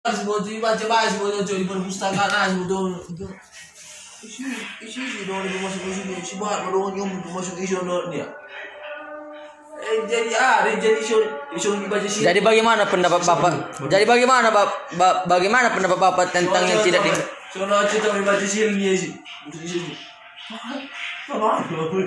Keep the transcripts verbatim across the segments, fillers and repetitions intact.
Sebetulnya baca-baca sebetulnya di perpustakaan sebetulnya. Isi isi isi dong itu masuk isi isi banget dong yang masuk isi dia. Eh jadi ah jadi isi isi baca sih. Jadi bagaimana pendapat Bapak? Jadi bagaimana Bapak bagaimana pendapat Bapak tentang yang tidak di soalnya kita baca sih ini sih. Isi isi. Apa?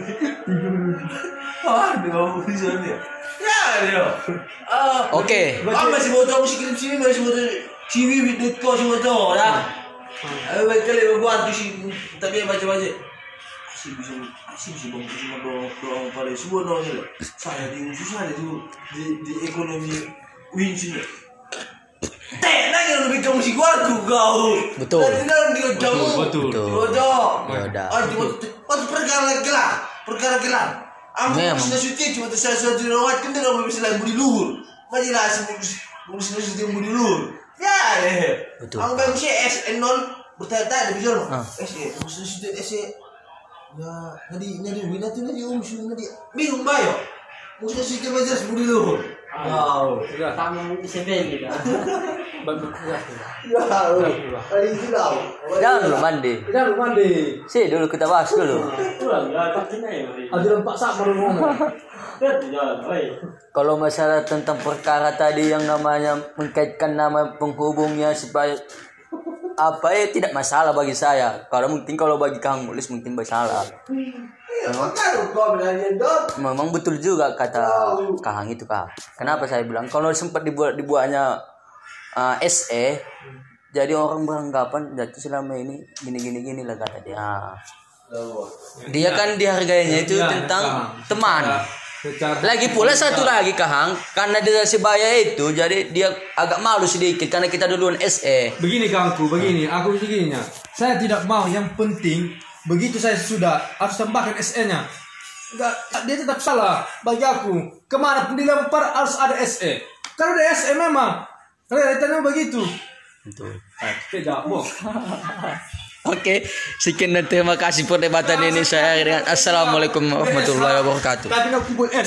Ah, dia bisa dia. Ya dia. Ah. Oke. Ah masih bocor musik sini masih bocor C V bidut kau semua tu, dah. Ayo baca lagi buat tu si tapi baca-baca. Asyik bisa, asyik bisa bang, cuma doang doang pada semua doang je. Saya di susah di di di ekonomi win sini. Teh, lagi lebih kamu si gua tu kau. Betul. Nanti dalam dia kamu. Betul. Betul. Ya udah. Ah, cuma waktu perkara gelar, perkara gelar. Aku sudah suci cuma saya sudah dirawat kan dia kamu bisa lagi budi luhur. Majelas budi budi suci budi luhur. Ya, betul. Ang bang si S N non bertanya-tanya ada bicara ah. S E, maksudnya sudah S E. Ya, nadi nadi wina tu nadi um shu nadi bingung bayo. Maksudnya sudah majelas budi luhur. Wow, sudah. Tamu isebel kita. Bagus sudah. Ya, hari itu lau. Jangan dulu mandi. Jangan dulu mandi. Si dulu kita bahas dulu. Pulang ya, tak kena ya. Ada empat sak baru ngomong. Kalau masalah tentang perkara tadi yang namanya mengkaitkan nama penghubungnya supaya apa ya tidak masalah bagi saya. Kalau mungkin kalau bagi Kang Mulis mungkin masalah. Memang, memang betul juga kata Kang itu Kang. Kenapa saya bilang kalau sempat dibuat dibuatnya uh, S E, jadi orang beranggapan jatuh selama ini gini gini gini lah kata dia. Dia kan dihargainya itu tentang teman. Lagi pula satu lagi Kahang, karena dia sebaya itu, jadi dia agak malu sedikit karena kita duluan S E. Begini Kangku, begini, aku begininya. Saya tidak mau yang penting begitu saya sudah harus tambahkan S E-nya. Enggak, dia tetap salah bagi aku. Kemana pun dilempar harus ada S E. Kalau ada S E memang realitanya begitu. Betul. Tidak boh. Oke, sekian dan terima kasih perdebatan ini. Saya dengan Assalamualaikum warahmatullahi wabarakatuh.